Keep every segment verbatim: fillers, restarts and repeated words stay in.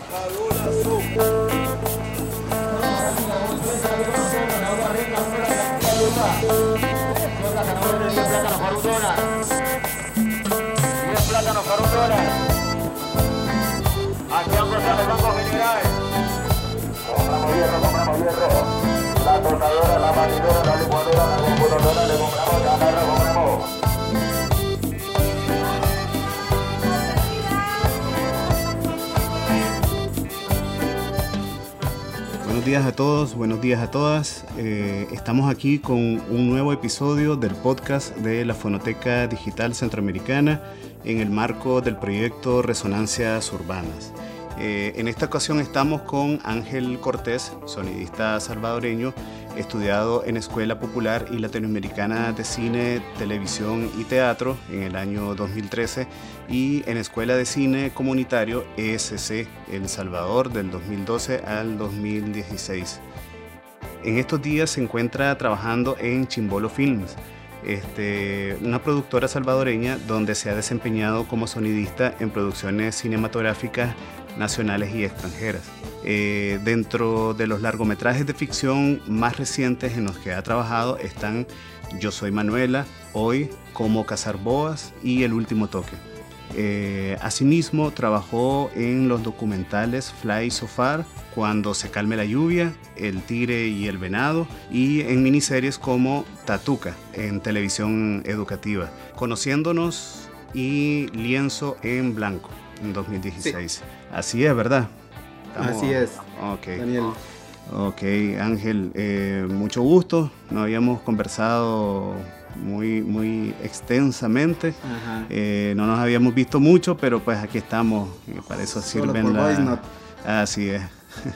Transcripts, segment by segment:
Aquí han pasado los bancos generales. Compramos hierro, compramos hierro. La cortadora, la batidora, la licuadora, la computadora, le compramos, ya la compramos. Buenos días a todos, buenos días a todas. Eh, estamos aquí con un nuevo episodio del podcast de la Fonoteca Digital Centroamericana en el marco del proyecto Resonancias Urbanas. Eh, en esta ocasión estamos con Ángel Cortés, sonidista salvadoreño, estudiado en Escuela Popular y Latinoamericana de Cine, Televisión y Teatro en el año dos mil trece y en Escuela de Cine Comunitario E S C El Salvador del dos mil doce al dos mil dieciséis. En estos días se encuentra trabajando en Chimbolo Films, Este, una productora salvadoreña donde se ha desempeñado como sonidista en producciones cinematográficas nacionales y extranjeras. Eh, dentro de los largometrajes de ficción más recientes en los que ha trabajado están Yo soy Manuela, Hoy, Cómo cazar boas y El último toque. Eh, asimismo, trabajó en los documentales Fly So Far, Cuando se calme la lluvia, El tigre y el venado, y en miniseries como Tatuca, en televisión educativa, Conociéndonos y Lienzo en Blanco, en dos mil dieciséis. Sí. Así es, ¿verdad? Estamos... Así es, okay. Daniel. Ok, Ángel, eh, mucho gusto. Nos habíamos conversado muy, muy extensamente. Eh, no nos habíamos visto mucho, pero pues aquí estamos. Para eso sirven las... Así es.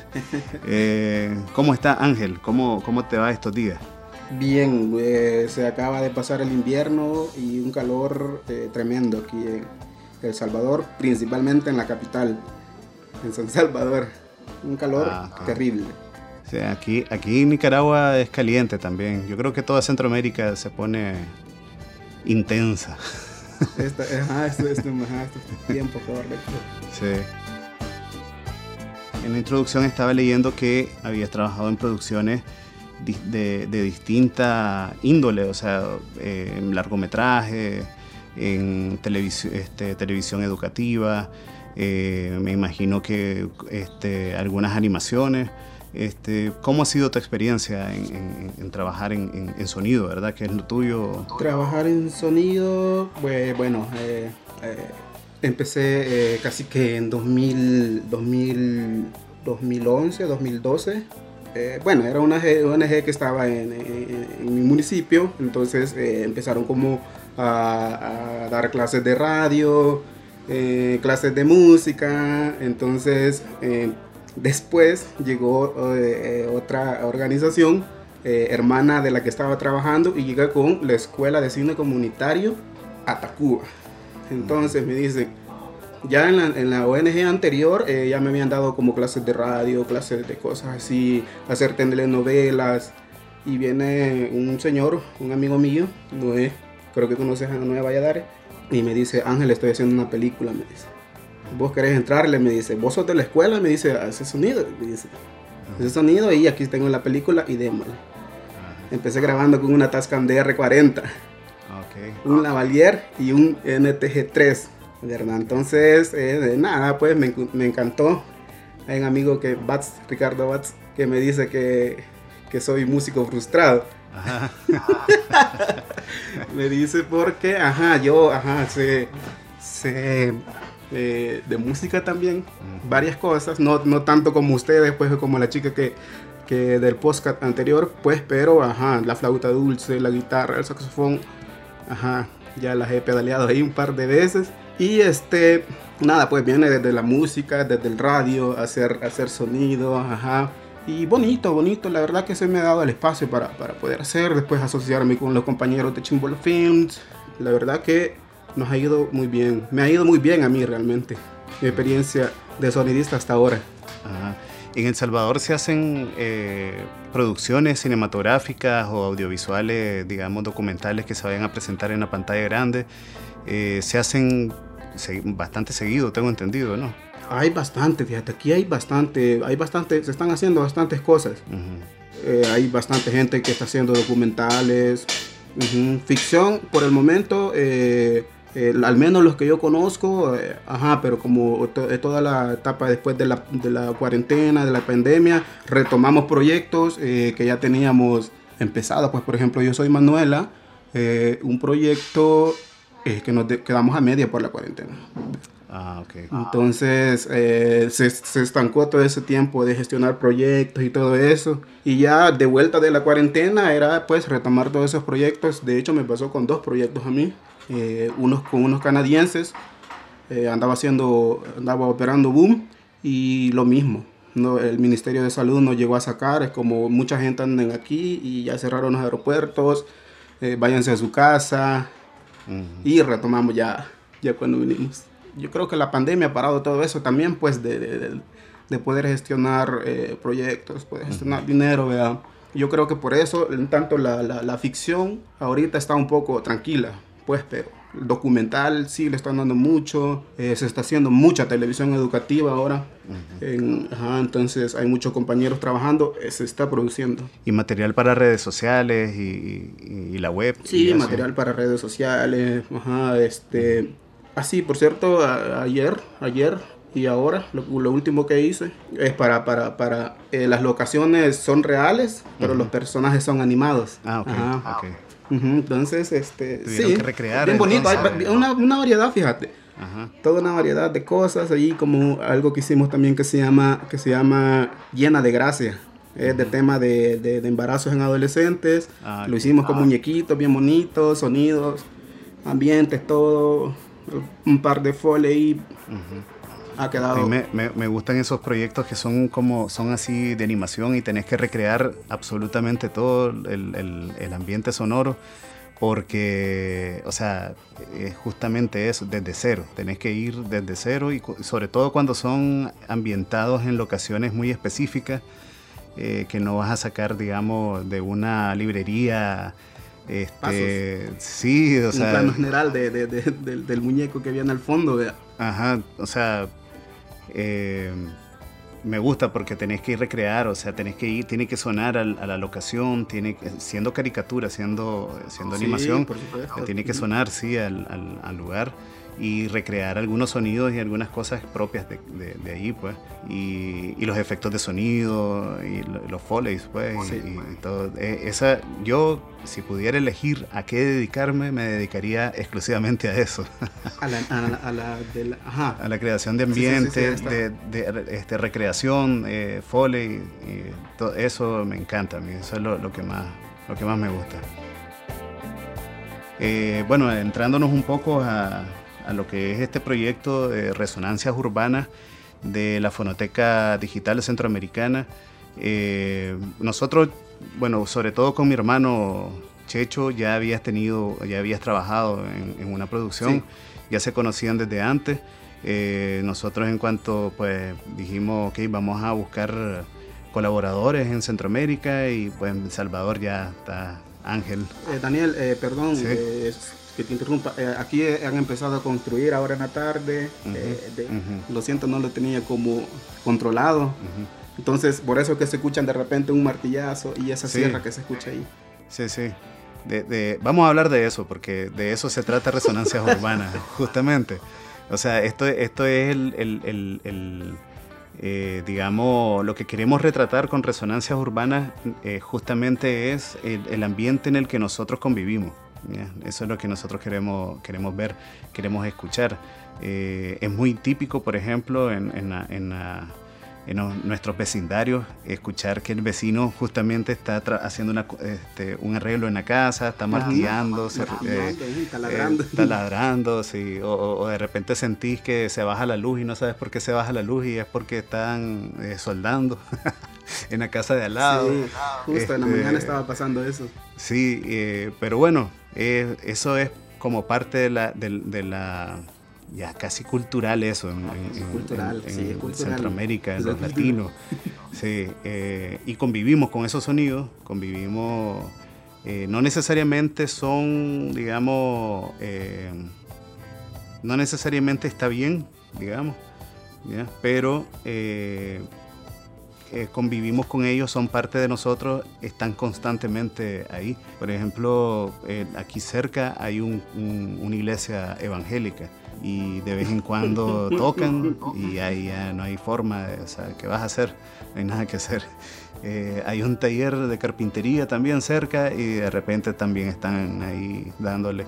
eh, ¿Cómo está, Ángel? ¿Cómo, cómo te va estos días? Bien, eh, se acaba de pasar el invierno y un calor eh, tremendo aquí en El Salvador, principalmente en la capital, en San Salvador. Un calor ah, terrible. Sí, aquí, aquí en Nicaragua es caliente también. Yo creo que toda Centroamérica se pone intensa. Esta, ajá, esto, esto, ajá, esto es tiempo, correcto. Sí. En la introducción estaba leyendo que habías trabajado en producciones de, de, de distinta índole, o sea, eh, en largometraje, en televisión, este, televisión educativa, eh, me imagino que este, algunas animaciones. Este, ¿Cómo ha sido tu experiencia en, en, en trabajar en, en, en sonido, verdad? ¿Qué es lo tuyo? Trabajar en sonido, pues, bueno, eh, eh, empecé eh, casi que en dos mil, dos mil, dos mil once, dos mil doce. Eh, bueno, era una O N G que estaba en, en, en mi municipio, entonces eh, empezaron como a, a dar clases de radio, eh, clases de música, entonces... Eh, Después llegó eh, otra organización, eh, hermana de la que estaba trabajando, y llega con la Escuela de Cine Comunitario a Tacuba. Entonces me dicen, ya en la, en la O N G anterior eh, ya me habían dado como clases de radio, clases de cosas así, hacer telenovelas, y viene un señor, un amigo mío, Noé, creo que conoces a Noé Valladares, y me dice, Ángel, estoy haciendo una película, me dice. ¿Vos querés entrarle? Me dice, ¿vos sos de la escuela? Me dice, hace sonido, me dice, hace sonido y aquí tengo la película y démosle. Empecé grabando con una Tascam D R cuarenta, okay. Un Lavalier y un N T G tres, ¿verdad? Entonces, eh, de nada, pues me, me encantó. Hay un amigo que, Bats, Ricardo Bats, que me dice que, que soy músico frustrado. Ajá. Me dice porque, ajá, yo, ajá, sé, sé eh, de música también, uh-huh. Varias cosas, no, no tanto como ustedes, pues como la chica que, que del podcast anterior, pues, pero, ajá, la flauta dulce, la guitarra, el saxofón, ajá, ya las he pedaleado ahí un par de veces. Y este, nada, pues viene desde la música, desde el radio, hacer, hacer sonido, ajá. Y bonito, bonito, la verdad que se me ha dado el espacio para, para poder hacer, después asociarme con los compañeros de Chimbolo Films. La verdad que nos ha ido muy bien, me ha ido muy bien a mí realmente, mi experiencia de sonidista hasta ahora. Ajá. En El Salvador se hacen eh, producciones cinematográficas o audiovisuales, digamos, documentales que se vayan a presentar en la pantalla grande. Eh, se hacen se, bastante seguido, tengo entendido, ¿no? Hay bastante, fíjate, aquí hay bastante, hay bastante, se están haciendo bastantes cosas. Uh-huh. Eh, hay bastante gente que está haciendo documentales, uh-huh. ficción, por el momento, eh, eh, al menos los que yo conozco, eh, ajá, pero como to- toda la etapa después de la, de la cuarentena, de la pandemia, retomamos proyectos eh, que ya teníamos empezados. Pues, por ejemplo, yo soy Manuela, eh, un proyecto eh, que nos de- quedamos a media por la cuarentena. Ah, ok. Entonces eh, se, se estancó todo ese tiempo de gestionar proyectos y todo eso. Y ya de vuelta de la cuarentena era pues retomar todos esos proyectos. De hecho me pasó con dos proyectos a mí. Eh, unos con unos canadienses. Eh, andaba haciendo, andaba operando Boom y lo mismo. No, el Ministerio de Salud nos llegó a sacar. Es como mucha gente anda aquí y ya cerraron los aeropuertos. Eh, váyanse a su casa. Uh-huh. Y retomamos ya, ya cuando vinimos. Yo creo que la pandemia ha parado todo eso también, pues, de, de, de poder gestionar eh, proyectos, poder gestionar uh-huh. dinero, ¿verdad? Yo creo que por eso, en tanto la, la, la ficción ahorita está un poco tranquila, pues, pero el documental sí le están dando mucho, eh, se está haciendo mucha televisión educativa ahora, uh-huh. en, ajá, entonces hay muchos compañeros trabajando, eh, se está produciendo. ¿Y material para redes sociales y, y, y la web? Sí, material para redes sociales, ajá, este... Uh-huh. Ah, sí, por cierto, a, ayer, ayer y ahora, lo, lo último que hice es para, para, para, eh, las locaciones son reales, pero uh-huh. los personajes son animados. Ah, ok, Ajá. okay. Uh-huh. Entonces, este, tuvieron sí, que recrear. Bien bonito, Entonces, hay una, una variedad, fíjate. Ajá. Toda una variedad de cosas, ahí como algo que hicimos también que se llama, que se llama Llena de Gracia. Es uh-huh. de tema de, de, de embarazos en adolescentes. Ah, lo hicimos ah. con muñequitos bien bonitos, sonidos, ambientes, todo. Un par de foley uh-huh. ha quedado. A mí me, me, me gustan esos proyectos que son como son así de animación y tenés que recrear absolutamente todo el, el, el ambiente sonoro porque, o sea, es justamente eso, desde cero. Tenés que ir desde cero y sobre todo cuando son ambientados en locaciones muy específicas eh, que no vas a sacar, digamos, de una librería. Este, sí, o un sea, plano general de, de, de, de, del muñeco que viene al fondo, ¿vea? Ajá, o sea, eh, me gusta porque tenés que ir recrear, o sea, tenés que ir, tiene que sonar a, a la locación, tiene siendo caricatura, siendo, siendo sí, animación, por supuesto. Tiene que sonar, sí, al, al, al lugar y recrear algunos sonidos y algunas cosas propias de, de, de ahí, pues, y, y los efectos de sonido y los foleys, pues, sí. y, y todo. Esa, yo, si pudiera elegir a qué dedicarme, me dedicaría exclusivamente a eso. A la, a la, a la, de la, ajá. a la creación de ambientes, sí, sí, sí, de, de este, recreación, eh, foley, y todo eso me encanta a mí, eso es lo, lo, que, más, lo que más me gusta. Eh, bueno, entrándonos un poco a... a lo que es este proyecto de Resonancias Urbanas de la Fonoteca Digital Centroamericana. Eh, nosotros, bueno, sobre todo con mi hermano Checho, ya habías tenido, ya habías trabajado en, en una producción, sí. ya se conocían desde antes. Eh, nosotros en cuanto pues dijimos, ok, vamos a buscar colaboradores en Centroamérica y pues en El Salvador ya está Ángel. Eh, Daniel, eh, perdón, sí. eh, que te interrumpa, eh, aquí han empezado a construir ahora en la tarde, uh-huh, eh, de, uh-huh. lo siento, no lo tenía como controlado, uh-huh. entonces por eso que se escuchan de repente un martillazo y esa sí. sierra que se escucha ahí. Sí, sí, de, de, vamos a hablar de eso, porque de eso se trata Resonancias Urbanas, justamente, o sea, esto, esto es el, el, el, el eh, digamos, lo que queremos retratar con Resonancias Urbanas eh, justamente es el, el ambiente en el que nosotros convivimos. Yeah, eso es lo que nosotros queremos, queremos ver, queremos escuchar. Eh, es muy típico, por ejemplo, en, en, la, en, la, en los, nuestros vecindarios, escuchar que el vecino justamente está tra- haciendo una, este, un arreglo en la casa, está martillando, se, eh, taladrando, eh, taladrando sí, o, o de repente sentís que se baja la luz y no sabes por qué se baja la luz y es porque están eh, soldando. En la casa de al lado. Sí, justo este, en la mañana estaba pasando eso. Sí, eh, pero bueno, eh, eso es como parte de la, de, de la ya casi cultural eso en, en, cultural, en, sí, en cultural. Centroamérica, en los latinos. Sí, eh, y convivimos con esos sonidos, convivimos, eh, no necesariamente son, digamos, eh, no necesariamente está bien, digamos, ¿ya? Pero eh, eh, convivimos con ellos, son parte de nosotros, están constantemente ahí. Por ejemplo, eh, aquí cerca hay un, un, una iglesia evangélica y de vez en cuando tocan y ahí ya no hay forma, de, o sea, ¿qué vas a hacer? No hay nada que hacer. Eh, hay un taller de carpintería también cerca y de repente también están ahí dándole.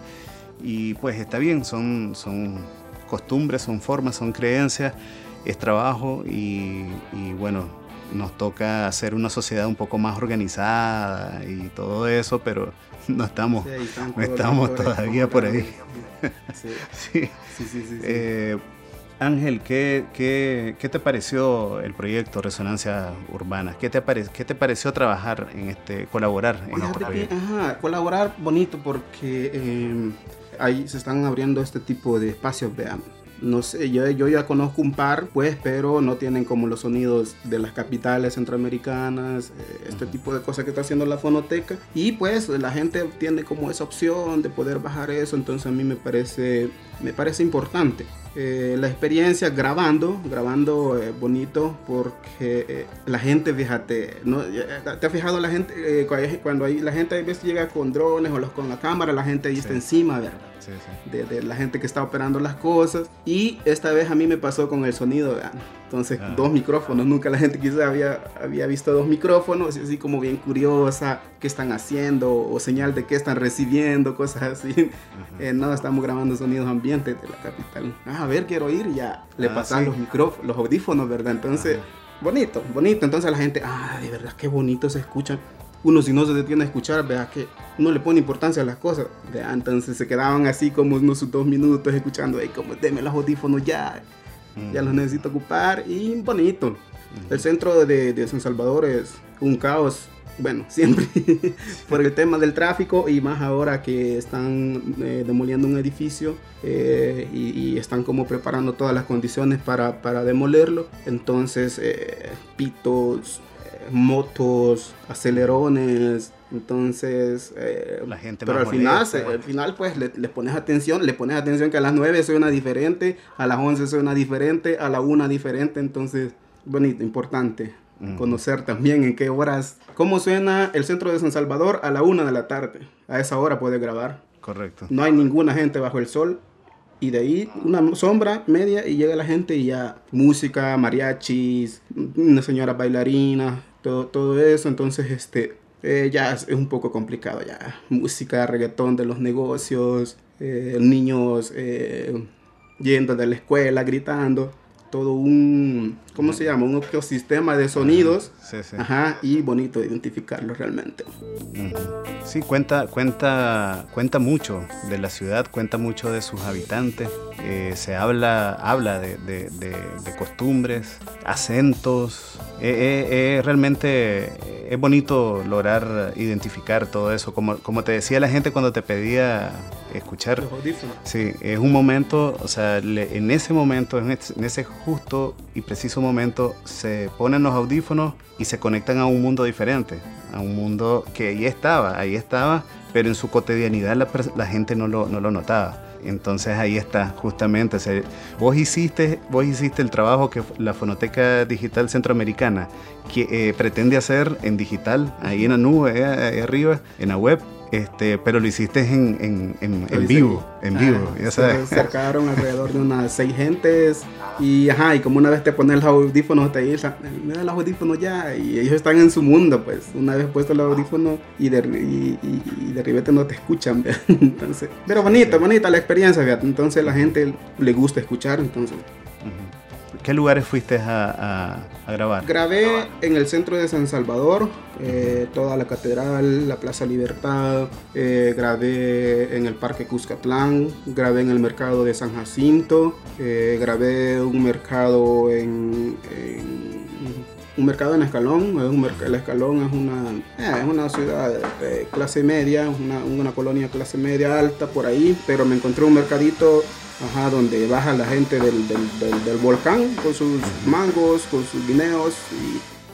Y pues está bien, son, son costumbres, son formas, son creencias, es trabajo y, y bueno, nos toca hacer una sociedad un poco más organizada y todo eso, pero no estamos, sí, no estamos todavía por ahí. Sí, sí, sí, sí, sí, sí. Eh, Ángel, ¿qué, qué, ¿qué te pareció el proyecto Resonancia Urbana? ¿Qué te, pare, qué te pareció trabajar en este, colaborar en Fíjate este proyecto? Que, ajá, colaborar bonito porque eh, ahí se están abriendo este tipo de espacios, vean. No sé, yo, yo ya conozco un par, pues, pero no tienen como los sonidos de las capitales centroamericanas, eh, este uh-huh. tipo de cosas que está haciendo la fonoteca. Y pues la gente tiene como esa opción de poder bajar eso, entonces a mí me parece, me parece importante. Eh, la experiencia grabando, grabando eh, bonito porque eh, la gente, fíjate, ¿no? ¿Te has fijado la gente eh, cuando hay, la gente a veces llega con drones o los, con la cámara, la gente ahí sí. está encima, ¿verdad? Sí, sí. De, de la gente que está operando las cosas. Y esta vez a mí me pasó con el sonido, ¿verdad? Entonces ah. dos micrófonos, nunca la gente quizás había, había visto dos micrófonos, así como bien curiosa, qué están haciendo o señal de qué están recibiendo, cosas así. Uh-huh. Eh, no, estamos grabando sonidos ambientes de la capital. Ah, a ver, quiero ir, y ya le ah, pasan sí. los micrófonos, los audífonos, ¿verdad? Entonces, uh-huh. bonito, bonito. Entonces la gente, ah, de verdad, qué bonito se escuchan. Uno si no se detiene a escuchar, vea que uno le pone importancia a las cosas. Vea, entonces se quedaban así como unos dos minutos escuchando, hey, como deme los audífonos ya. Ya los necesito ocupar y bonito. Uh-huh. El centro de, de San Salvador es un caos, bueno, siempre por el tema del tráfico y más ahora que están eh, demoliendo un edificio eh, y, y están como preparando todas las condiciones para, para demolerlo. Entonces, eh, pitos, eh, motos, acelerones. Entonces, eh, la gente pero al final, se, al final pues le, le pones atención, le pones atención que a las nueve suena diferente, a las once suena diferente, a la una diferente, entonces, bonito, importante uh-huh. conocer también en qué horas, cómo suena el centro de San Salvador a la una de la tarde, a esa hora puedes grabar. Correcto. No hay ninguna gente bajo el sol y de ahí una sombra media y llega la gente y ya música, mariachis, una señora bailarina, todo, todo eso, entonces este... Eh, ya es, es un poco complicado ya. Música, reggaetón de los negocios, eh, niños eh, yendo de la escuela, gritando. Todo un, ¿cómo se llama? Un ecosistema de sonidos. Sí, sí. Ajá, y bonito identificarlo realmente. Uh-huh. Sí, cuenta, cuenta, cuenta mucho de la ciudad, cuenta mucho de sus habitantes. Eh, se habla, habla de, de, de, de costumbres, acentos. Eh, eh, eh, realmente es bonito lograr identificar todo eso. Como, como te decía la gente cuando te pedía escuchar. Los audífonos. Sí, es un momento, o sea, le, en ese momento, en ese, en ese justo y preciso momento, se ponen los audífonos y se conectan a un mundo diferente, a un mundo que ahí estaba, ahí estaba, pero en su cotidianidad la, la gente no lo, no lo notaba. Entonces ahí está, justamente. O sea, vos, hiciste, vos hiciste el trabajo que la Fonoteca Digital Centroamericana que, eh, pretende hacer en digital, ahí en la nube, eh, ahí arriba, en la web. Este, pero lo hiciste en, en, en, en vivo, en vivo, ah, ya sabes. Se acercaron alrededor de unas seis gentes y ajá, y como una vez te pones los audífonos, te dicen, mira los audífonos ya, y ellos están en su mundo, pues, una vez puesto los audífonos y de, y, y, y de repente no te escuchan, ¿verdad? Entonces, pero bonita, bonita la experiencia, ¿verdad? Entonces la gente le gusta escuchar, entonces. Uh-huh. ¿Qué lugares fuiste a, a, a grabar? Grabé en el centro de San Salvador, eh, toda la catedral, la Plaza Libertad, eh, grabé en el Parque Cuscatlán, grabé en el mercado de San Jacinto, eh, grabé un mercado en, en un mercado en Escalón. Un merc- el Escalón es una, eh, es una ciudad de clase media, una, una colonia clase media alta por ahí, pero me encontré un mercadito. Ajá, donde baja la gente del, del, del, del volcán con sus mangos, con sus guineos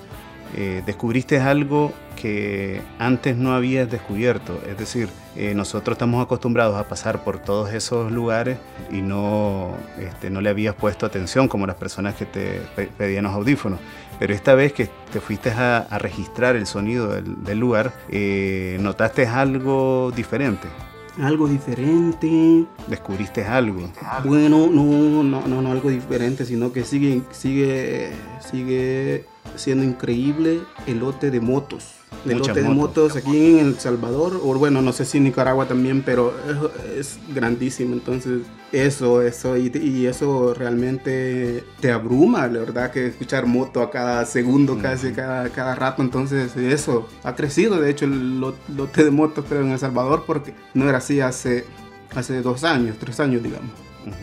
eh, descubriste algo que antes no habías descubierto. Es decir, eh, nosotros estamos acostumbrados a pasar por todos esos lugares y no, este, no le habías puesto atención como las personas que te pe- pedían los audífonos. Pero esta vez que te fuiste a, a registrar el sonido del, del lugar, eh, ¿notaste algo diferente? Algo diferente. ¿Descubriste algo? Bueno, no, no, no, no algo diferente, sino que sigue, sigue, sigue siendo increíble el lote de motos. El Muchas lote de motos. motos aquí en El Salvador, o bueno, no sé si en Nicaragua también, pero es, es grandísimo. Entonces, eso, eso, y, y eso realmente te abruma, la verdad, que escuchar moto a cada segundo, Mm. casi cada, cada rato. Entonces, eso ha crecido, de hecho, el lo- lote de motos, creo, en El Salvador, porque no era así hace, hace dos años, tres años, digamos.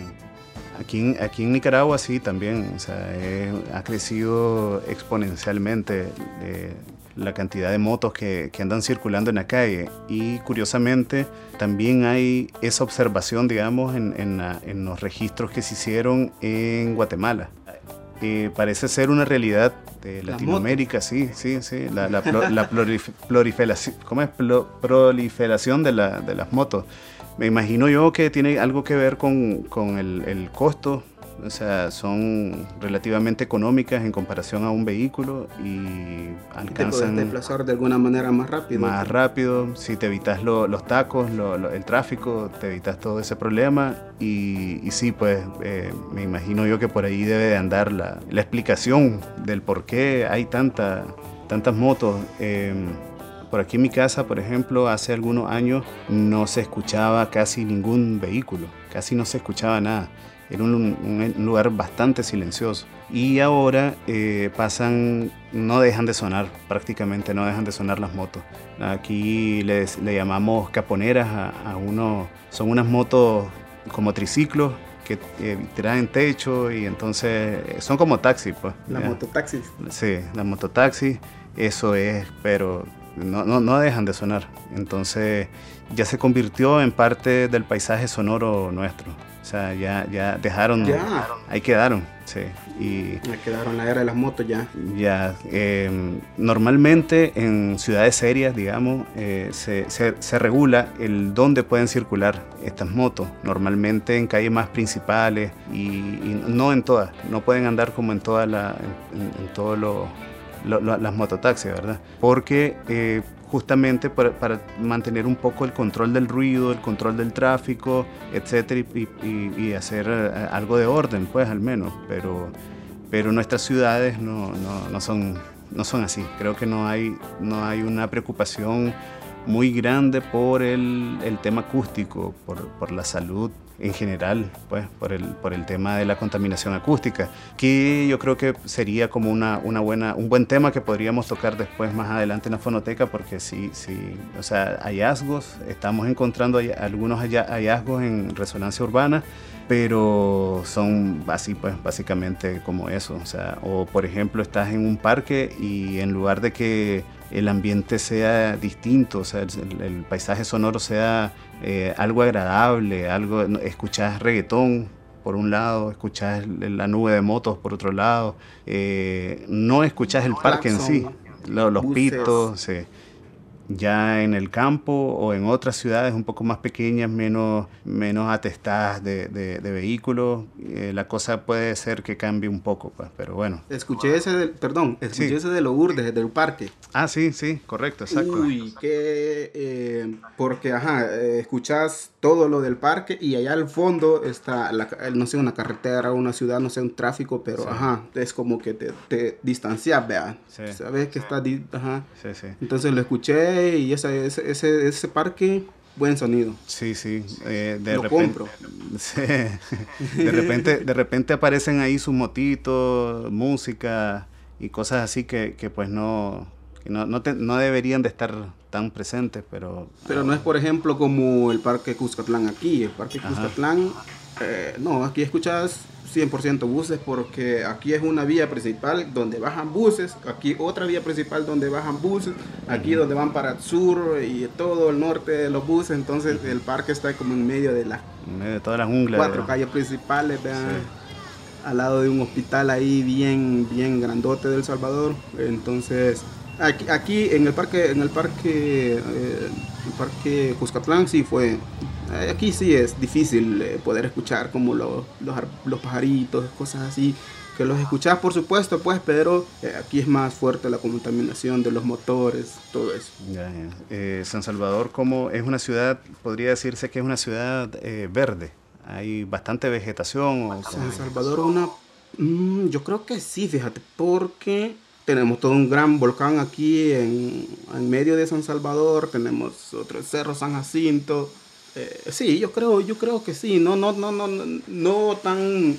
Ujú. Aquí, en- aquí en Nicaragua sí también, o sea, eh, ha crecido exponencialmente eh, la cantidad de motos que, que andan circulando en la calle, y curiosamente también hay esa observación, digamos, en, en, la- en los registros que se hicieron en Guatemala. Eh, parece ser una realidad de Las Latinoamérica, sí, sí, sí, la, la, plo- la prolif- proliferación, ¿cómo es? Plo- proliferación de, la, de las motos. Me imagino yo que tiene algo que ver con, con el, el costo, o sea, son relativamente económicas en comparación a un vehículo y Te puedes alcanzan desplazar de alguna manera más rápido. más rápido. Si te evitas lo- los tacos, lo- lo- el tráfico, te evitas todo ese problema. Y, y sí, pues eh, me imagino yo que por ahí debe de andar la, la explicación del por qué hay tanta, tantas motos. Eh, por aquí en mi casa, por ejemplo, hace algunos años no se escuchaba casi ningún vehículo, casi no se escuchaba nada. Era un, un- un lugar bastante silencioso. Y ahora eh, pasan, no dejan de sonar, prácticamente no dejan de sonar las motos. Aquí les, le llamamos caponeras a, a uno, son unas motos como triciclos que eh, traen techo y entonces eh, son como taxis, pues. Las ya. mototaxis. Sí, las mototaxis, eso es, pero no, no, no dejan de sonar. Entonces ya se convirtió en parte del paisaje sonoro nuestro. O sea, ya, ya dejaron, Ya. ahí quedaron, sí. Y Me quedaron la era de las motos ya. ya, eh, normalmente en ciudades serias, digamos, eh, se, se, se regula el dónde pueden circular estas motos. Normalmente en calles más principales y, y no en todas. No pueden andar como en todas la, en, en todos los lo- lo- las mototaxis, ¿verdad? Porque eh, justamente para, para mantener un poco el control del ruido, el control del tráfico, etcétera, y, y- y hacer eh, algo de orden, pues al menos. Pero, pero nuestras ciudades no, no, no son, no son así. Creo que no hay, no hay una preocupación muy grande por el, el tema acústico, por, por la salud en general, pues por el, por el tema de la contaminación acústica, que yo creo que sería como una, una buena, un buen tema que podríamos tocar después más adelante en la fonoteca, porque sí, sí, o sea, hallazgos, estamos encontrando hall- algunos halla- hallazgos en resonancia urbana, pero son así, pues básicamente como eso, o sea, o por ejemplo estás en un parque y en lugar de que el ambiente sea distinto, o sea, el, el paisaje sonoro sea eh, algo agradable, algo, escuchás reggaetón por un lado, escuchás el- la nube de motos por otro lado, eh, no escuchás el parque en sí, lo- los buses. pitos, sí. Ya en el campo o en otras ciudades un poco más pequeñas, menos, menos atestadas de, de- de vehículos, eh, la cosa puede ser que cambie un poco, pues, pero bueno. Escuché ese del, perdón, escuché Sí. ese de Lourdes, del parque. Ah, sí, sí, correcto, exacto. Uy, que eh, porque ajá, eh, escuchás todo lo del parque y allá al fondo está, la, ca- no sé, una carretera, una ciudad, no sé, un tráfico, pero Sí. ajá, es como que te, te distancias, vea. Sí. Sabes que está, di- ajá. Sí, sí. Entonces lo escuché y ese, ese, ese, ese parque, buen sonido. Sí, sí. eh, de Lo repente, compro. sí, de repente, de repente aparecen ahí sus motitos, música y cosas así que, que pues no, que no, no, te- no deberían de estar tan presentes, pero... Pero no es, por ejemplo, como el parque Cuscatlán aquí. El parque Ajá. Cuscatlán, eh, no, aquí escuchas cien por ciento buses porque aquí es una vía principal donde bajan buses, aquí otra vía principal donde bajan buses, aquí Ujú. donde van para el sur y todo el norte de los buses. Entonces el parque está como en medio de las En medio de toda la jungla. cuatro de- calles principales, vean. Sí. al lado de un hospital ahí bien, bien grandote de El Salvador. Entonces, aquí, aquí en el parque, en el parque, eh, el parque Cuscatlán sí fue, eh, aquí sí es difícil eh, poder escuchar como lo, los, los pajaritos, cosas así, que los escuchás por supuesto, pues, pero eh, aquí es más fuerte la contaminación de los motores, todo eso. Ya, ya. Eh, San Salvador, como es una ciudad, podría decirse que es una ciudad eh, verde. Hay bastante vegetación. ¿O San Salvador, una, mmm, yo creo que sí, fíjate, porque tenemos todo un gran volcán aquí en, en medio de San Salvador, tenemos otro Cerro San Jacinto. Eh, sí, yo creo, yo creo que sí, no, no, no, no, no, no tan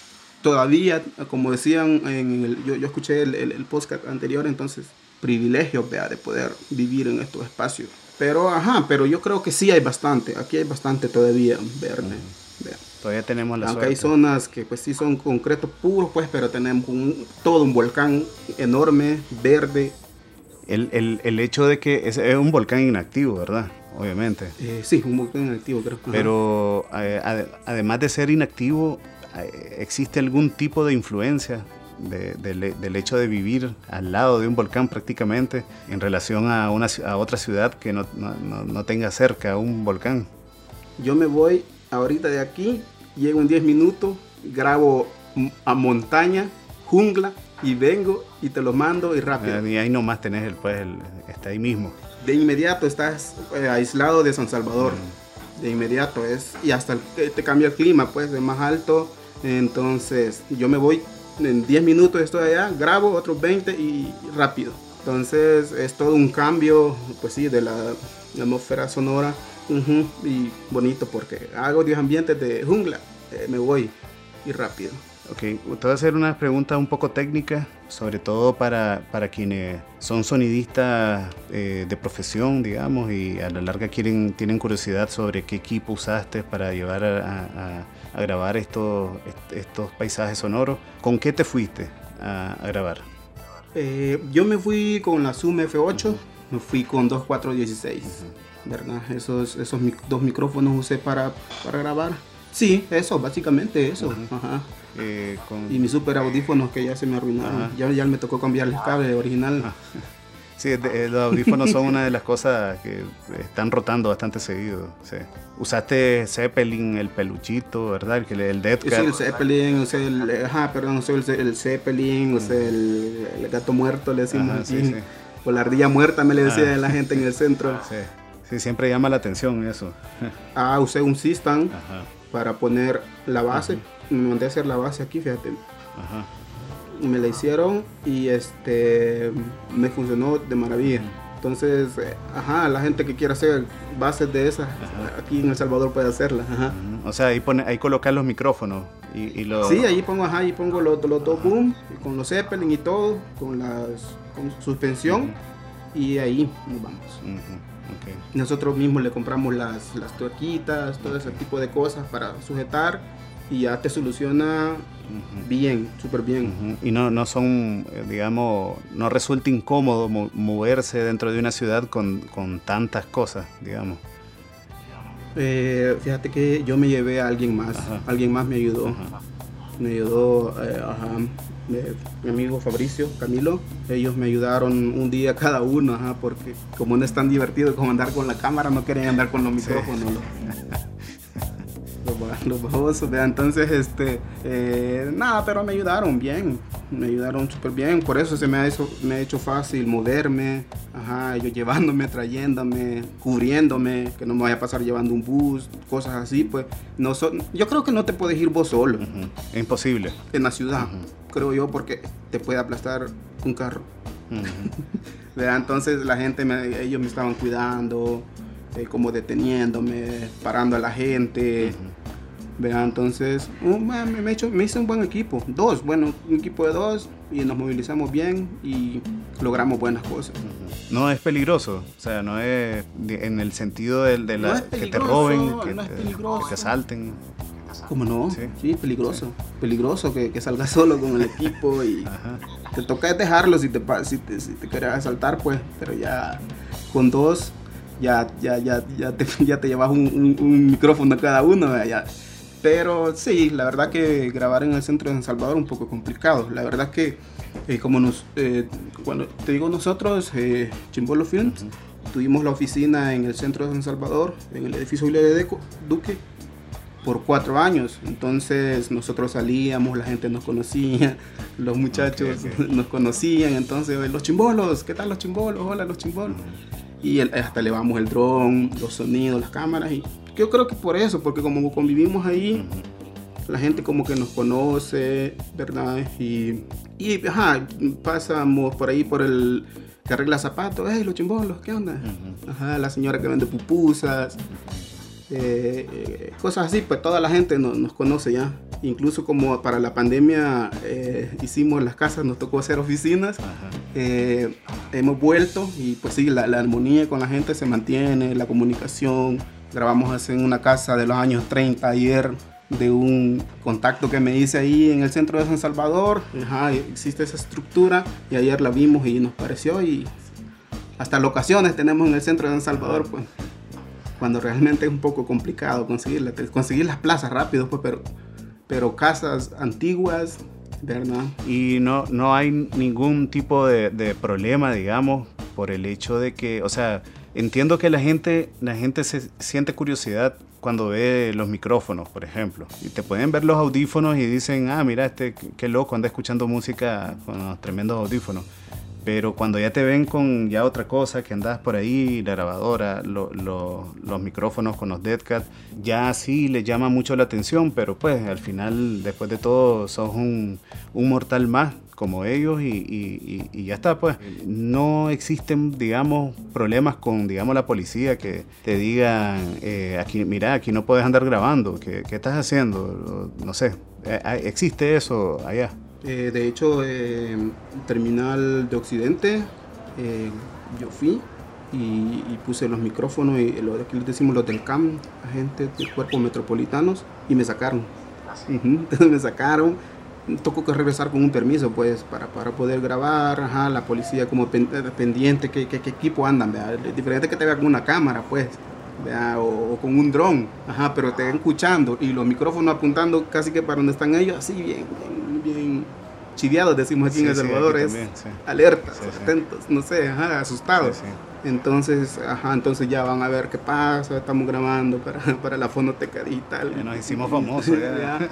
todavía, como decían en el, yo, yo escuché el, el, el podcast anterior, entonces privilegio, vea, de poder vivir en estos espacios. Pero, ajá, pero yo creo que sí hay bastante, aquí hay bastante todavía verde. Mm. Vea. Todavía tenemos la Aunque suerte. hay zonas que pues sí son concretos puros, pues, pero tenemos un, todo un volcán enorme, verde. El, el, el hecho de que es, es un volcán inactivo, ¿verdad? Obviamente. Eh, sí, un volcán inactivo, creo. Ajá. Pero eh, ad, además de ser inactivo, eh, ¿existe algún tipo de influencia de, de, del hecho de vivir al lado de un volcán prácticamente en relación a, una, a otra ciudad que no, no, no tenga cerca un volcán? Yo me voy ahorita de aquí, llego en diez minutos, grabo a montaña, jungla, y vengo y te lo mando y rápido. Eh, y ahí nomás tenés el, pues, el, está ahí mismo. De inmediato estás eh, aislado de San Salvador. Mm. De inmediato es, y hasta el, te cambia el clima, pues, de más alto. Entonces, yo me voy, en diez minutos estoy allá, grabo otros veinte y rápido. Entonces, es todo un cambio, pues sí, de la, la atmósfera sonora. Uh-huh, y bonito porque hago diez ambientes de jungla, eh, me voy y rápido. Ok, te voy a hacer una pregunta un poco técnica, sobre todo para, para quienes son sonidistas eh, de profesión, digamos, y a la larga quieren, tienen curiosidad sobre qué equipo usaste para llevar a, a, a grabar estos, estos paisajes sonoros. ¿Con qué te fuiste a, a grabar? Eh, yo me fui con la Zoom F ocho, uh-huh. Me fui con dos cuatro dieciséis. Uh-huh. ¿Verdad? Esos, esos mic- dos micrófonos usé para, para grabar. Sí, eso, básicamente eso. Uh-huh. Ajá. Eh, con... Y mis super audífonos que ya se me arruinaron. Ya, ya me tocó cambiar el cable original. Ajá. Sí, de, los audífonos son una de las cosas que están rotando bastante seguido. Sí. Usaste Zeppelin, el peluchito, ¿verdad? El, el Death Cat. Sí, el Zeppelin, usé el, ajá, perdón, usé el, el Zeppelin, usé el, el gato muerto, le decimos. Ajá, aquí. Sí, sí. O la ardilla muerta, me le decía ah. la gente en el centro. Sí. Sí, siempre llama la atención eso. Ah, usé un Sistan para poner la base. Uh-huh. Me mandé a hacer la base aquí, fíjate. Ajá. Me la hicieron y este me funcionó de maravilla. Uh-huh. Entonces, eh, ajá, la gente que quiera hacer bases de esas, ajá. aquí en El Salvador puede hacerlas. Ajá. Uh-huh. O sea, ahí pone, ahí colocar los micrófonos y, y los... Sí, ahí pongo, ajá, ahí pongo los, los dos boom, con los Zeppelin y todo, con las con suspensión, uh-huh. y ahí nos vamos. Uh-huh. Okay. Nosotros mismos le compramos las, las tuerquitas, todo ese tipo de cosas para sujetar y ya te soluciona uh-huh. bien, súper bien. Uh-huh. Y no, no son, digamos, no resulta incómodo mo- moverse dentro de una ciudad con, con tantas cosas, digamos. Eh, fíjate que yo me llevé a alguien más, ajá. alguien más me ayudó. Ajá. Me ayudó eh, ajá, eh, mi amigo Fabricio, Camilo. Ellos me ayudaron un día cada uno, ajá, porque como no es tan divertido como andar con la cámara, no querían andar con los micrófonos. Sí. Los, los babosos, ¿verdad? Entonces, este, eh, nada, pero me ayudaron bien, me ayudaron súper bien. Por eso se me ha hecho, me ha hecho fácil moverme, ajá, ellos llevándome, trayéndome, cubriéndome, que no me vaya a pasar llevando un bus, cosas así, pues. No so, yo creo que no te puedes ir vos solo. Uh-huh. Es imposible. En la ciudad, uh-huh. creo yo, porque te puede aplastar un carro. Uh-huh. ¿Verdad? Entonces la gente, me, ellos me estaban cuidando, eh, como deteniéndome, parando a la gente. Uh-huh. ¿Verdad? Entonces, oh, man, me, me, hecho, me hice un buen equipo, dos, bueno, un equipo de dos, y nos movilizamos bien y logramos buenas cosas. Uh-huh. No es peligroso, o sea, no es en el sentido de, de la, no es que te roben, que, no te, es que te asalten. ¿Cómo no? Sí, sí peligroso, sí. peligroso que, que salgas solo con el equipo y ajá. te toca dejarlo si te, si te, si te quieres asaltar, pues, pero ya con dos ya, ya, ya, ya, te, ya te llevas un, un, un micrófono cada uno, ya. Pero sí, la verdad que grabar en el centro de San Salvador es un poco complicado. La verdad que eh, como nos, eh, cuando te digo nosotros, eh, Chimbolo Films, uh-huh. tuvimos la oficina en el centro de San Salvador, en el edificio Julio de Deco, Duque, por cuatro años. Entonces nosotros salíamos, la gente nos conocía, los muchachos okay, okay. nos conocían. Entonces, los chimbolos, ¿qué tal los chimbolos? Hola, los chimbolos. Uh-huh. Y el, hasta llevamos el dron, los sonidos, las cámaras. Y yo creo que por eso, porque como convivimos ahí, uh-huh. la gente como que nos conoce, ¿verdad? Y, y ajá, pasamos por ahí por el que arregla zapatos. ¡Hey, los chimbolos! ¿Qué onda? Uh-huh. Ajá, la señora que vende pupusas. Eh, eh, cosas así, pues toda la gente no, nos conoce ya. Incluso como para la pandemia eh, hicimos las casas, nos tocó hacer oficinas. Eh, hemos vuelto y pues sí, la, la armonía con la gente se mantiene, la comunicación. Grabamos en una casa de los años treinta ayer, de un contacto que me hice ahí en el centro de San Salvador. Ajá, existe esa estructura y ayer la vimos y nos pareció, y hasta locaciones tenemos en el centro de San Salvador, pues, cuando realmente es un poco complicado conseguirla, conseguir las plazas rápido, pues, pero, pero casas antiguas, ¿verdad? Y no, no hay ningún tipo de, de problema, digamos, por el hecho de que, o sea, entiendo que la gente, la gente se siente curiosidad cuando ve los micrófonos, por ejemplo, y te pueden ver los audífonos y dicen, ah, mira, este, qué loco, anda escuchando música con los tremendos audífonos. Pero cuando ya te ven con ya otra cosa, que andas por ahí, la grabadora, lo, lo, los micrófonos con los Deadcat, ya sí les llama mucho la atención, pero pues al final, después de todo, sos un, un mortal más como ellos y, y, y, y ya está, pues. No existen, digamos, problemas con, digamos, la policía que te digan, eh, aquí, mira, aquí no puedes andar grabando, ¿qué, qué estás haciendo? No sé, ¿existe eso allá? Eh, de hecho, eh, Terminal de Occidente, eh, yo fui y, y puse los micrófonos, y lo de aquí les decimos los del C A M, agentes del cuerpo metropolitanos, y me sacaron. Uh-huh. Entonces me sacaron, tocó que regresar con un permiso, pues, para, para poder grabar. Ajá, la policía como pendiente, qué, qué, qué equipo andan, ¿verdad? Es diferente que te vea con una cámara, pues, o, o con un dron, ajá, pero te ven escuchando y los micrófonos apuntando casi que para donde están ellos, así bien, bien, bien chiviados, decimos aquí sí, en El Salvador, sí, es también, sí. alertas, sí, atentos, sí. no sé, ajá, asustados. Sí, sí. Entonces, ajá, entonces ya van a ver qué pasa, estamos grabando para, para la fonoteca digital. Ya nos hicimos famosos, ya. ya.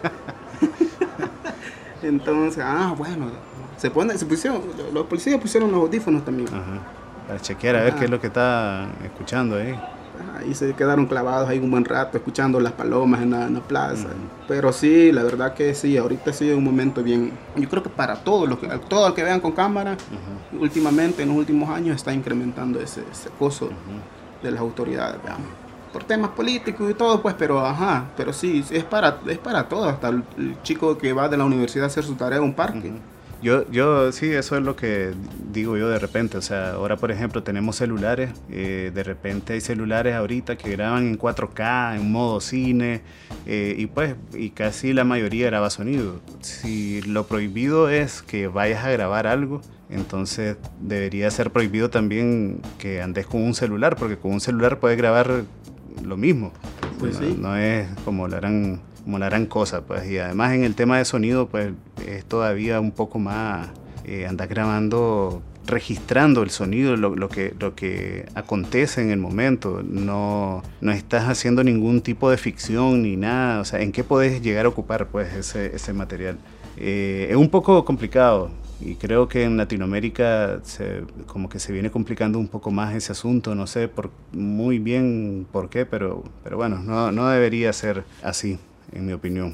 Entonces, ah, bueno, se pone, se pusieron, los policías pusieron los audífonos también. Ajá. Para chequear a ver ajá. qué es lo que está escuchando ahí. Y se quedaron clavados ahí un buen rato escuchando las palomas en la, en la plaza. Uh-huh. Pero sí, la verdad que sí, ahorita sí es un momento bien. Yo creo que para todos los que, todo el que vean con cámara, uh-huh. últimamente en los últimos años está incrementando ese, ese acoso uh-huh. de las autoridades, veamos. Por temas políticos y todo, pues, pero ajá, pero sí, es para, es para todo, hasta el, el chico que va de la universidad a hacer su tarea a un parque. Uh-huh. Yo, yo sí, eso es lo que digo yo de repente, o sea, ahora por ejemplo tenemos celulares, eh, de repente hay celulares ahorita que graban en cuatro K, en modo cine, eh, y pues, y casi la mayoría graba sonido. Si lo prohibido es que vayas a grabar algo, entonces debería ser prohibido también que andes con un celular, porque con un celular puedes grabar lo mismo. Pues no, sí. No es como la gran... como la gran cosa, pues, y además en el tema de sonido, pues, es todavía un poco más, eh, andar grabando, registrando el sonido, lo, lo, que, lo que acontece en el momento, no, no estás haciendo ningún tipo de ficción ni nada, o sea, ¿en qué podés llegar a ocupar, pues, ese, ese material? Eh, es un poco complicado, y creo que en Latinoamérica se, como que se viene complicando un poco más ese asunto, no sé por, muy bien por qué, pero, pero bueno, no, no debería ser así, en mi opinión.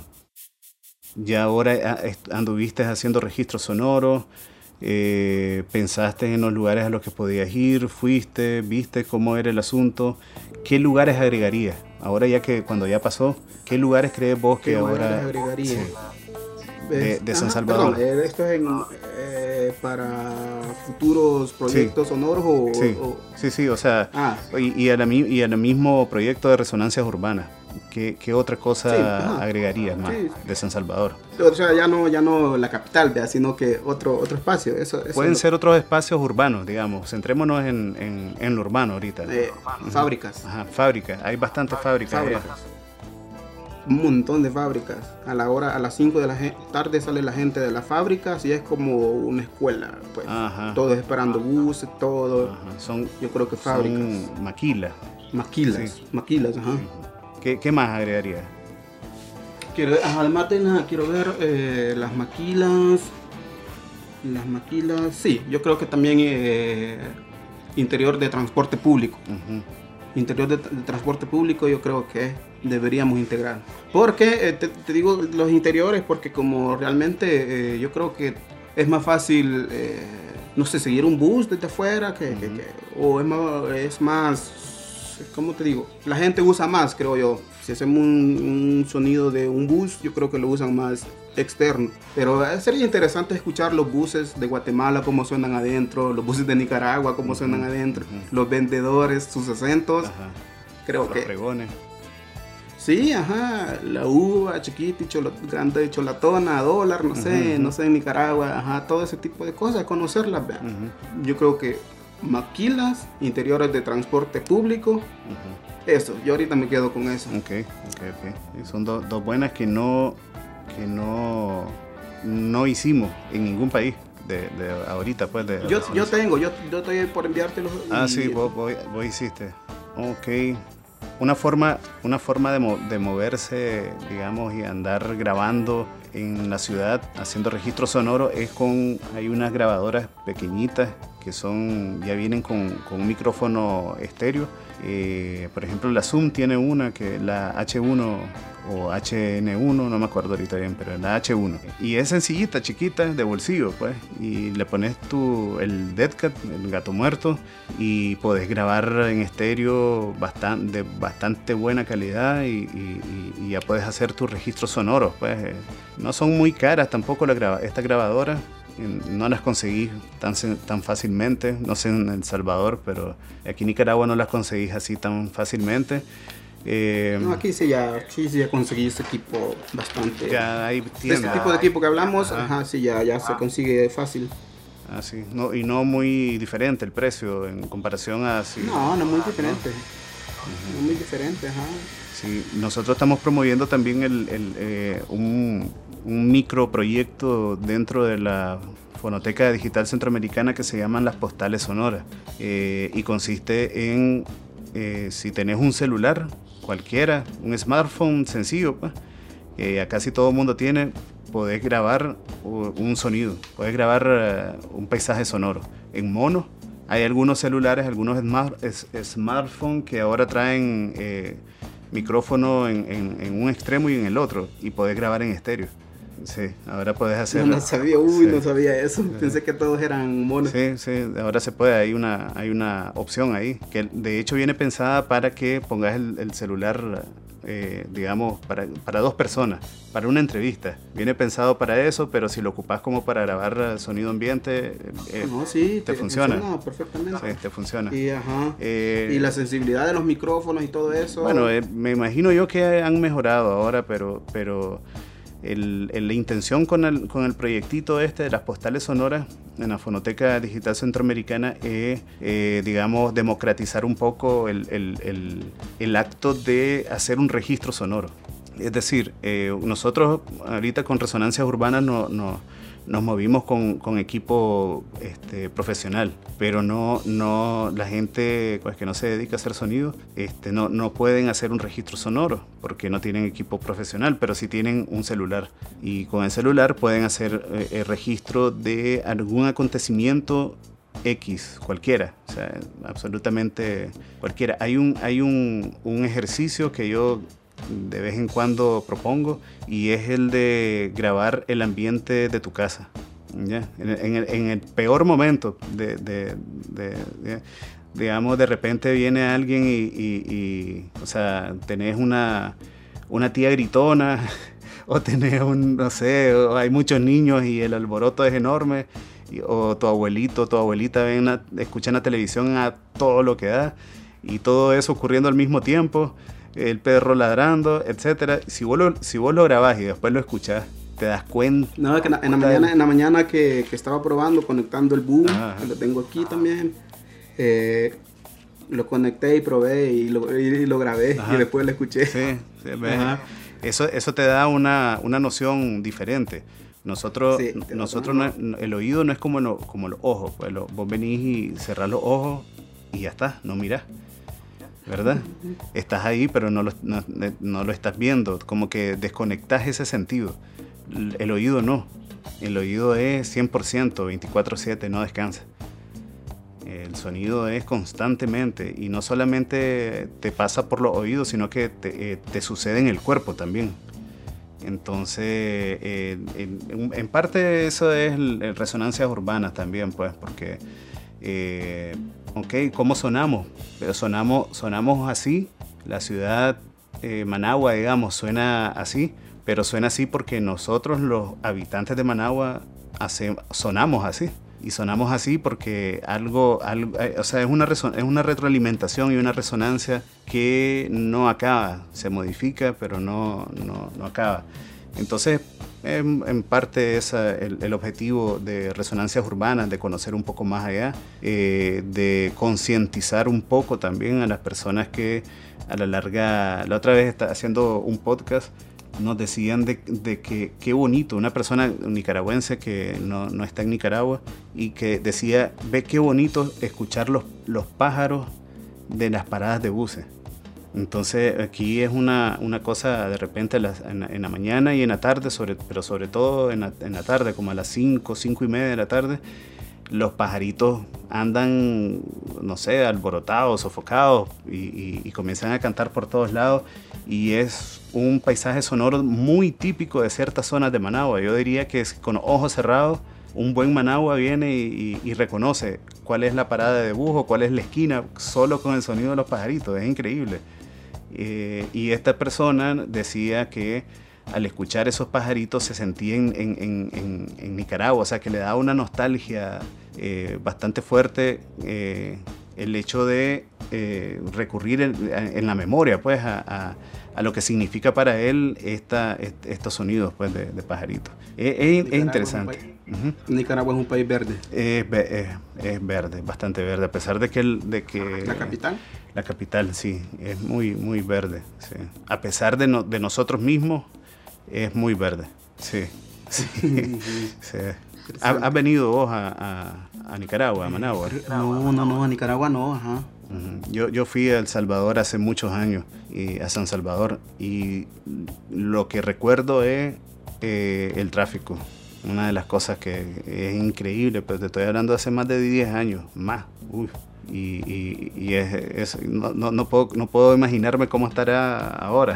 Ya ahora anduviste haciendo registros sonoros, eh, pensaste en los lugares a los que podías ir, fuiste, viste cómo era el asunto. ¿Qué lugares agregarías? Ahora ya que cuando ya pasó, ¿qué lugares crees vos que ahora... agregaría? Sí, de, de San Salvador. Perdón, ¿esto es en, eh, para futuros proyectos sí. sonoros o, sí. o...? Sí, sí, o sea, ah. y, y, al, y al mismo proyecto de resonancias urbanas. ¿Qué, ¿Qué otra cosa sí, agregarías más sí. de San Salvador? O sea, ya no, ya no la capital, ¿verdad? Sino que otro, otro espacio. Eso, eso Pueden lo... ser otros espacios urbanos, digamos. Centrémonos en, en, en lo urbano ahorita. Eh, uh-huh. Fábricas. Ajá, fábricas. Hay bastantes fábricas. Fábricas. un montón de fábricas. A la hora, a las cinco de la tarde sale la gente de las fábricas y es como una escuela, pues. Ajá. Todos esperando buses, todo. Ajá. Son, yo creo que fábricas. Son maquilas. Maquilas, sí. maquilas, ajá. ¿Qué, qué más agregaría? Quiero, además de nada, quiero ver eh, las maquilas. Las maquilas, sí, yo creo que también eh, interior de transporte público. Uh-huh. Interior de, de transporte público yo creo que deberíamos integrar. Porque, eh, te, te digo los interiores, porque como realmente eh, yo creo que es más fácil, eh, no sé, seguir un bus desde afuera, que, uh-huh. que, que, o es más, es más, ¿cómo te digo? La gente usa más, creo yo. Si hacemos un, un sonido de un bus, yo creo que lo usan más externo. Pero sería interesante escuchar los buses de Guatemala, cómo suenan adentro, los buses de Nicaragua, cómo uh-huh. suenan adentro, uh-huh. los vendedores, sus acentos. Ajá. Creo los que... pregones. Sí, ajá, la uva, chiquita, cholo, grande, cholatona, dólar, no sé, uh-huh. no sé, en Nicaragua, ajá, todo ese tipo de cosas, conocerlas, vean. Uh-huh. Yo creo que maquilas, interiores de transporte público, uh-huh. Eso, yo ahorita me quedo con eso. Ok, ok, ok. Son do, dos buenas que no, que no, no hicimos en ningún país de, de ahorita, pues. De, yo, de yo tengo, yo, yo estoy por enviártelos. Ah, y, sí, vos, vos, vos hiciste. Ok. Una forma, una forma de, mo, de moverse, digamos, y andar grabando en la ciudad, haciendo registro sonoro, es con, hay unas grabadoras pequeñitas que son, ya vienen con, con un micrófono estéreo. Eh, por ejemplo, la Zoom tiene una, que la H uno o H N uno, no me acuerdo ahorita bien, pero la H uno. Y es sencillita, chiquita, de bolsillo, pues. Y le pones tu, el Dead Cat, el gato muerto, y podés grabar en estéreo bastante, de bastante buena calidad y, y, y ya puedes hacer tus registros sonoros, pues. No son muy caras tampoco la graba, estas grabadoras. No las conseguí tan, tan fácilmente, no sé en El Salvador, pero aquí en Nicaragua no las conseguís así tan fácilmente. Eh, no, aquí sí ya, sí, sí ya conseguí este equipo bastante. Ya hay tiendas. Este tipo de equipo que hablamos, ajá, ajá sí, ya, ya se consigue fácil. Ah, sí. No, y no muy diferente el precio en comparación a... Si, no, no muy diferente. No, no muy diferente, ajá. Sí, nosotros estamos promoviendo también el, el, eh, un, un microproyecto dentro de la Fonoteca Digital Centroamericana que se llaman las postales sonoras. Eh, y consiste en, eh, si tenés un celular, cualquiera, un smartphone sencillo, pues, que a casi todo el mundo tiene, podés grabar un sonido, podés grabar uh, un paisaje sonoro en mono. Hay algunos celulares, algunos smart, es, smartphones que ahora traen eh, micrófono en, en, en un extremo y en el otro, y podés grabar en estéreo. Sí, ahora podés hacer... No, no sabía, uy, sí. no sabía eso, pensé que todos eran monos. Sí, sí, ahora se puede, hay una, hay una opción ahí, que de hecho viene pensada para que pongas el, el celular, eh, digamos, para, para dos personas, para una entrevista. Viene pensado para eso, pero si lo ocupás como para grabar sonido ambiente, eh, no, sí, te, te funciona. funciona perfectamente. Sí, te funciona. Y, ajá, eh, y la sensibilidad de los micrófonos y todo eso. Bueno, eh, me imagino yo que han mejorado ahora, pero... pero El, el, la intención con el, con el proyectito este de las postales sonoras en la Fonoteca Digital Centroamericana es, eh, digamos, democratizar un poco el, el, el, el acto de hacer un registro sonoro. Es decir, eh, nosotros ahorita con Resonancias Urbanas no, no, nos movimos con, con equipo este, profesional, pero no, no la gente pues, que no se dedica a hacer sonido este, no, no pueden hacer un registro sonoro porque no tienen equipo profesional, pero sí tienen un celular, y con el celular pueden hacer eh, el registro de algún acontecimiento X, cualquiera, o sea, absolutamente cualquiera. Hay un, hay un, un ejercicio que yo de vez en cuando propongo, y es el de grabar el ambiente de tu casa, ¿ya? En, en, el, en el peor momento de, de, de, de digamos, de repente viene alguien y, y, y o sea, tenés una, una tía gritona o tenés un, no sé, o hay muchos niños y el alboroto es enorme, y, o tu abuelito, tu abuelita ven a, escuchan la televisión a todo lo que da, y todo eso ocurriendo al mismo tiempo, el perro ladrando, etcétera. Si vos lo, si vos lo grabás y después lo escuchás, te das cuenta. No, que en, en la mañana, en la mañana que, que estaba probando, conectando el boom, ajá, que lo tengo aquí también, eh, lo conecté y probé y lo, y lo grabé, ajá, y después lo escuché. Sí, sí, ajá. eso, eso te da una, una noción diferente. Nosotros, Sí, nosotros no, el oído no es como, lo, como los ojos. Pues lo, vos venís y cerrás los ojos y ya está, no mirás, ¿verdad? Estás ahí, pero no lo, no, no lo estás viendo, como que desconectás ese sentido. El, el oído no. El oído es cien por ciento, veinticuatro siete, no descansa. El sonido es constantemente y no solamente te pasa por los oídos, sino que te, eh, te sucede en el cuerpo también. Entonces, eh, en, en parte eso es el, el resonancias urbanas también, pues, porque, eh, ok, ¿cómo sonamos? Pero sonamos, sonamos así, la ciudad eh, Managua, digamos, suena así, pero suena así porque nosotros los habitantes de Managua hace, sonamos así. Y sonamos así porque algo, algo o sea, es una, reson- es una retroalimentación y una resonancia que no acaba, se modifica, pero no, no, no acaba. Entonces, en, en parte es el, el objetivo de Resonancias Urbanas, de conocer un poco más allá, eh, de concientizar un poco también a las personas que a la larga, la otra vez está haciendo un podcast, nos decían de, de que qué bonito, una persona nicaragüense que no, no está en Nicaragua y que decía, ve qué bonito escuchar los, los pájaros de las paradas de buses. Entonces aquí es una, una cosa de repente en la, en, en la mañana y en la tarde, sobre, pero sobre todo en la, en la tarde, como a las cinco, cinco y media de la tarde, los pajaritos andan, no sé, alborotados, sofocados y, y, y comienzan a cantar por todos lados y es un paisaje sonoro muy típico de ciertas zonas de Managua. Yo diría que es, con ojos cerrados un buen Managua viene y, y, y reconoce cuál es la parada de bus o cuál es la esquina solo con el sonido de los pajaritos. Es increíble. Eh, y esta persona decía que al escuchar esos pajaritos se sentía en, en, en, en Nicaragua, o sea que le daba una nostalgia eh, bastante fuerte eh, el hecho de eh, recurrir en, en la memoria pues a, a, a lo que significa para él esta, est, estos sonidos pues de, de pajaritos. Es, es, es interesante. Es uh-huh. Nicaragua es un país verde. Es, es, es verde, bastante verde, a pesar de que... El, de que ¿La capital? La capital, sí, es muy, muy verde. Sí. A pesar de, no, de nosotros mismos, es muy verde. Sí. Sí. Sí. ¿Has venido vos a, a, a Nicaragua, a Managua? No, no, no, a Nicaragua no, ajá. Uh-huh. Yo, yo fui a El Salvador hace muchos años, y a San Salvador, y lo que recuerdo es eh, el tráfico. Una de las cosas que es increíble, pues te estoy hablando de hace más de diez años, más. Uy. Y, y, y es, es, no, no, no, puedo, no puedo imaginarme cómo estará ahora.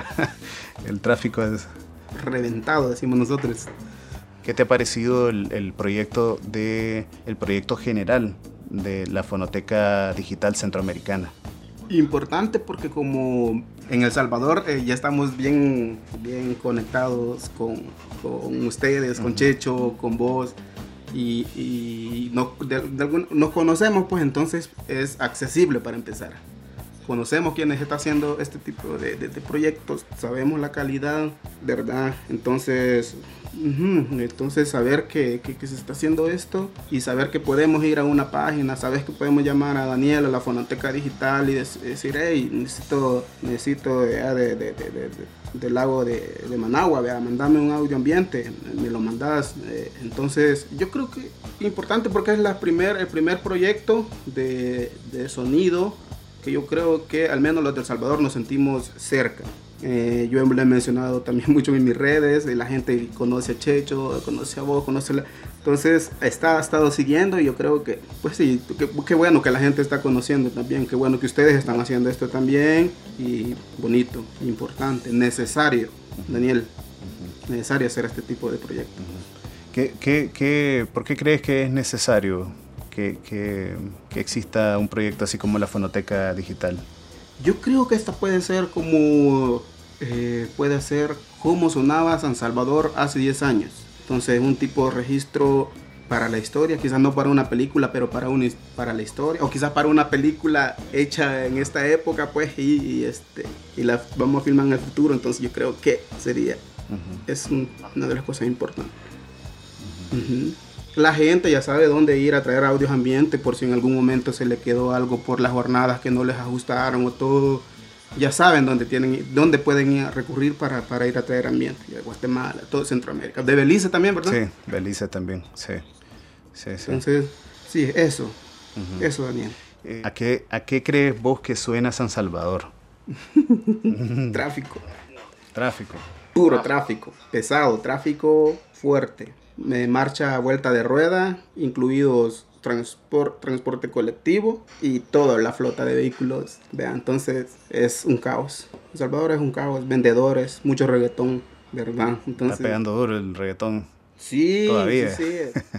El tráfico es... reventado, decimos nosotros. ¿Qué te ha parecido el, el proyecto de el proyecto general de la Fonoteca Digital Centroamericana? Importante porque como en El Salvador eh, ya estamos bien, bien conectados con, con ustedes, con uh-huh. Checho, con vos. Y, y no, de, de algún, nos conocemos, pues entonces es accesible para empezar. Conocemos quiénes está haciendo este tipo de, de, de proyectos, sabemos la calidad, ¿verdad? Entonces, uh-huh, entonces saber que, que, que se está haciendo esto y saber que podemos ir a una página, saber que podemos llamar a Daniel a la Fonoteca Digital y decir, hey, necesito, necesito de, de, de, de, de, del lago de, de Managua, ¿verdad? Mandame un audio ambiente, me lo mandás. Eh, entonces, yo creo que es importante porque es la primer, el primer proyecto de, de sonido que yo creo que al menos los de El Salvador nos sentimos cerca. Eh, yo lo he mencionado también mucho en mis redes, la gente conoce a Checho, conoce a vos, conoce la... Entonces está, ha estado siguiendo y yo creo que, pues sí, qué bueno que la gente está conociendo también, qué bueno que ustedes están haciendo esto también y bonito, importante, necesario, Daniel, necesario hacer este tipo de proyectos. ¿Qué, qué, qué, ¿Por qué crees que es necesario que, que, que exista un proyecto así como la Fonoteca Digital? Yo creo que esta puede ser como, eh, puede ser como sonaba San Salvador hace diez años. Entonces, un tipo de registro para la historia, quizás no para una película, pero para, un, para la historia, o quizás para una película hecha en esta época, pues, y, y, este, y la vamos a filmar en el futuro. Entonces, yo creo que sería, uh-huh. es un, una de las cosas importantes. Uh-huh. Uh-huh. La gente ya sabe dónde ir a traer audios ambiente por si en algún momento se le quedó algo por las jornadas que no les ajustaron o todo. ya saben dónde tienen, dónde pueden ir a recurrir para, para ir a traer ambiente. De Guatemala, todo Centroamérica. De Belice también, ¿verdad? Sí, Belice también, sí. sí, sí. Entonces, sí, eso. Uh-huh. Eso, Daniel. Eh, ¿a, qué, ¿A qué crees vos que suena San Salvador? Tráfico. Tráfico. Puro tráfico. Pesado, tráfico fuerte. Me marcha a vuelta de rueda, incluidos transport, transporte colectivo y toda la flota de vehículos. Vean, entonces es un caos. El Salvador es un caos. Vendedores, mucho reggaetón, ¿verdad? Entonces, está pegando duro el reggaetón. Sí, todavía. sí,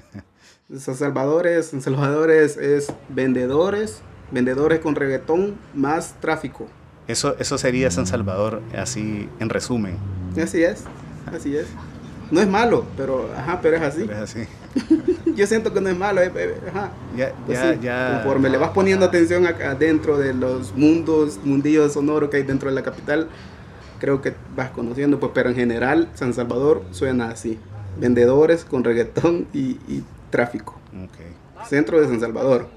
sí. San Salvador es, San Salvador es, es vendedores, vendedores con reggaetón más tráfico. Eso, eso sería San Salvador, así en resumen. Así es, así es. No es malo, pero, ajá, pero es así. Pero es así. Yo siento que no es malo, eh, eh, ajá. Ya, Pues ya, sí, ya. Conforme le vas poniendo atención acá dentro de los mundos, mundillos sonoros que hay dentro de la capital, creo que vas conociendo, pues, pero en general San Salvador suena así. Vendedores con reggaetón y, y tráfico. Okay. Centro de San Salvador.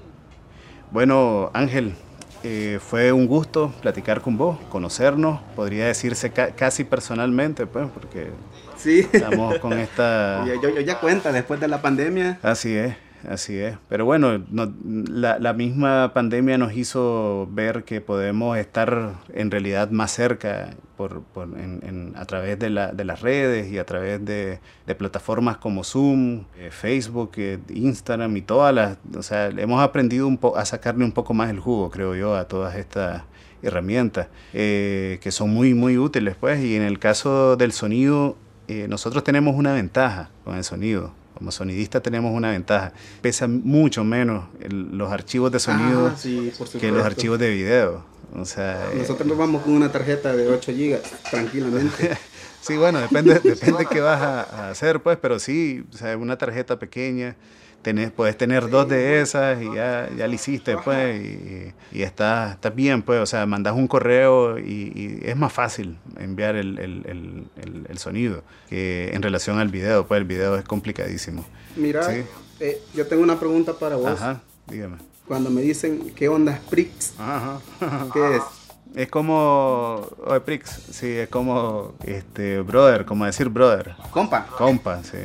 Bueno, Ángel, eh, fue un gusto platicar con vos, conocernos, podría decirse ca- casi personalmente, pues, porque sí. estamos con esta... yo, yo, yo ya cuenta después de la pandemia. Así es, así es. Pero bueno, no, la, la misma pandemia nos hizo ver que podemos estar en realidad más cerca por, por, en, en, a través de, la, de las redes y a través de, de plataformas como Zoom, eh, Facebook, eh, Instagram y todas las... O sea, hemos aprendido un po- a sacarle un poco más el jugo, creo yo, a todas estas herramientas eh, que son muy, muy útiles, pues. Y en el caso del sonido, eh, nosotros tenemos una ventaja con el sonido. Como sonidista tenemos una ventaja. Pesa mucho menos el, los archivos de sonido ah, sí, por que los archivos de video. O sea, nosotros nos vamos con una tarjeta de ocho gigas tranquilamente. sí, bueno, depende depende qué vas a, a hacer, pues, pero sí, o sea, una tarjeta pequeña, tenés, puedes tener sí, dos de esas y ya, ya lo hiciste, pues, y, y está, está bien, pues, o sea, mandas un correo y, y es más fácil enviar el, el, el, el, el sonido que en relación al video, pues el video es complicadísimo. Mira, ¿sí? eh, yo tengo una pregunta para vos. Ajá, dígame. Cuando me dicen, ¿qué onda es Prix? Ajá. ¿Qué es? Es como, oye, Prix, sí, es como, este, brother, como decir brother. Compa. Compa, sí.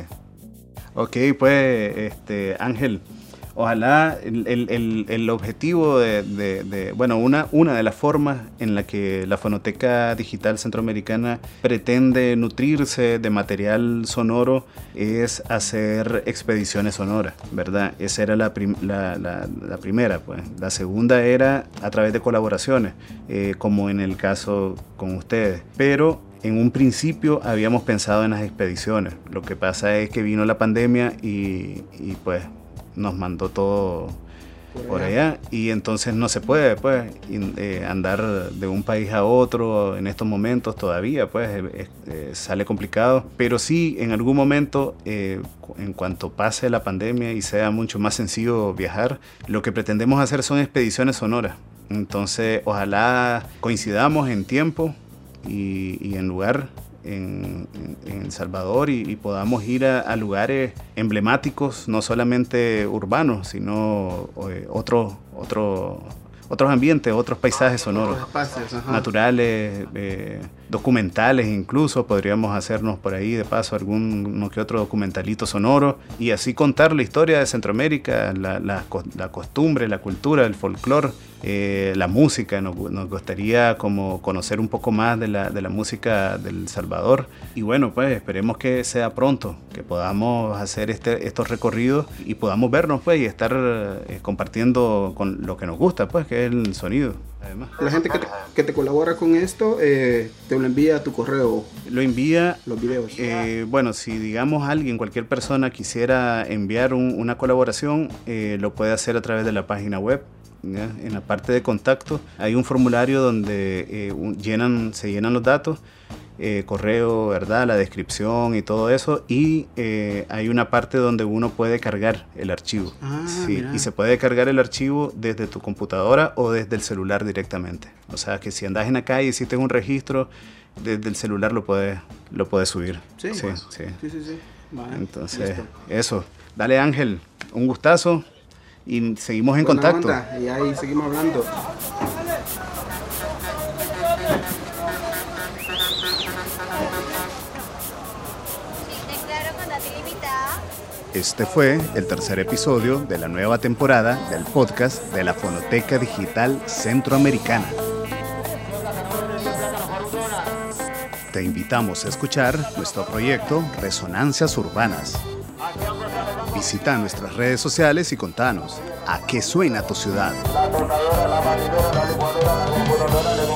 Ok, pues, este, Ángel, ojalá el, el, el, el objetivo de, de, de, bueno, una, una de las formas en la que la Fonoteca Digital Centroamericana pretende nutrirse de material sonoro es hacer expediciones sonoras, ¿verdad? Esa era la, prim, la, la, la primera, pues. La segunda era a través de colaboraciones, eh, como en el caso con ustedes. Pero en un principio habíamos pensado en las expediciones. Lo que pasa es que vino la pandemia y, y pues nos mandó todo por allá y entonces no se puede pues eh, andar de un país a otro en estos momentos todavía, pues eh, eh, sale complicado, pero sí en algún momento eh, en cuanto pase la pandemia y sea mucho más sencillo viajar, lo que pretendemos hacer son expediciones sonoras. Entonces ojalá coincidamos en tiempo y, y en lugar en, en, en El Salvador y, y podamos ir a, a lugares emblemáticos, no solamente urbanos, sino eh, otros otro, otros ambientes, otros paisajes sonoros, espacios, naturales, eh, documentales incluso, podríamos hacernos por ahí de paso algún que otro documentalito sonoro y así contar la historia de Centroamérica, la, la, la costumbre, la cultura, el folclore, eh, la música. Nos, nos gustaría como conocer un poco más de la, de la música del Salvador y bueno, pues esperemos que sea pronto, que podamos hacer este, estos recorridos y podamos vernos pues y estar eh, compartiendo con lo que nos gusta, pues que es el sonido. Además, la gente que te, que te colabora con esto eh, te lo envía a tu correo. Lo envía los videos. Eh, bueno, si digamos alguien, cualquier persona quisiera enviar un, una colaboración, eh, lo puede hacer a través de la página web. ¿Ya? En la parte de contacto hay un formulario donde eh, un, llenan, se llenan los datos, eh, correo, ¿verdad? La descripción y todo eso, y eh, hay una parte donde uno puede cargar el archivo. Ah, sí, y se puede cargar el archivo desde tu computadora o desde el celular directamente. O sea que si andas en la calle y hiciste un registro, desde el celular lo puedes lo puedes subir. Sí, sí, sí. sí. sí, sí. Vale, entonces, listo. Eso. Dale, Ángel, un gustazo y seguimos en Buena contacto. Onda, y ahí seguimos hablando. Este fue el tercer episodio de la nueva temporada del podcast de la Fonoteca Digital Centroamericana. Te invitamos a escuchar nuestro proyecto Resonancias Urbanas. Visita nuestras redes sociales y contanos a qué suena tu ciudad. La tostadora, la batidora, la licuadora, la computadora,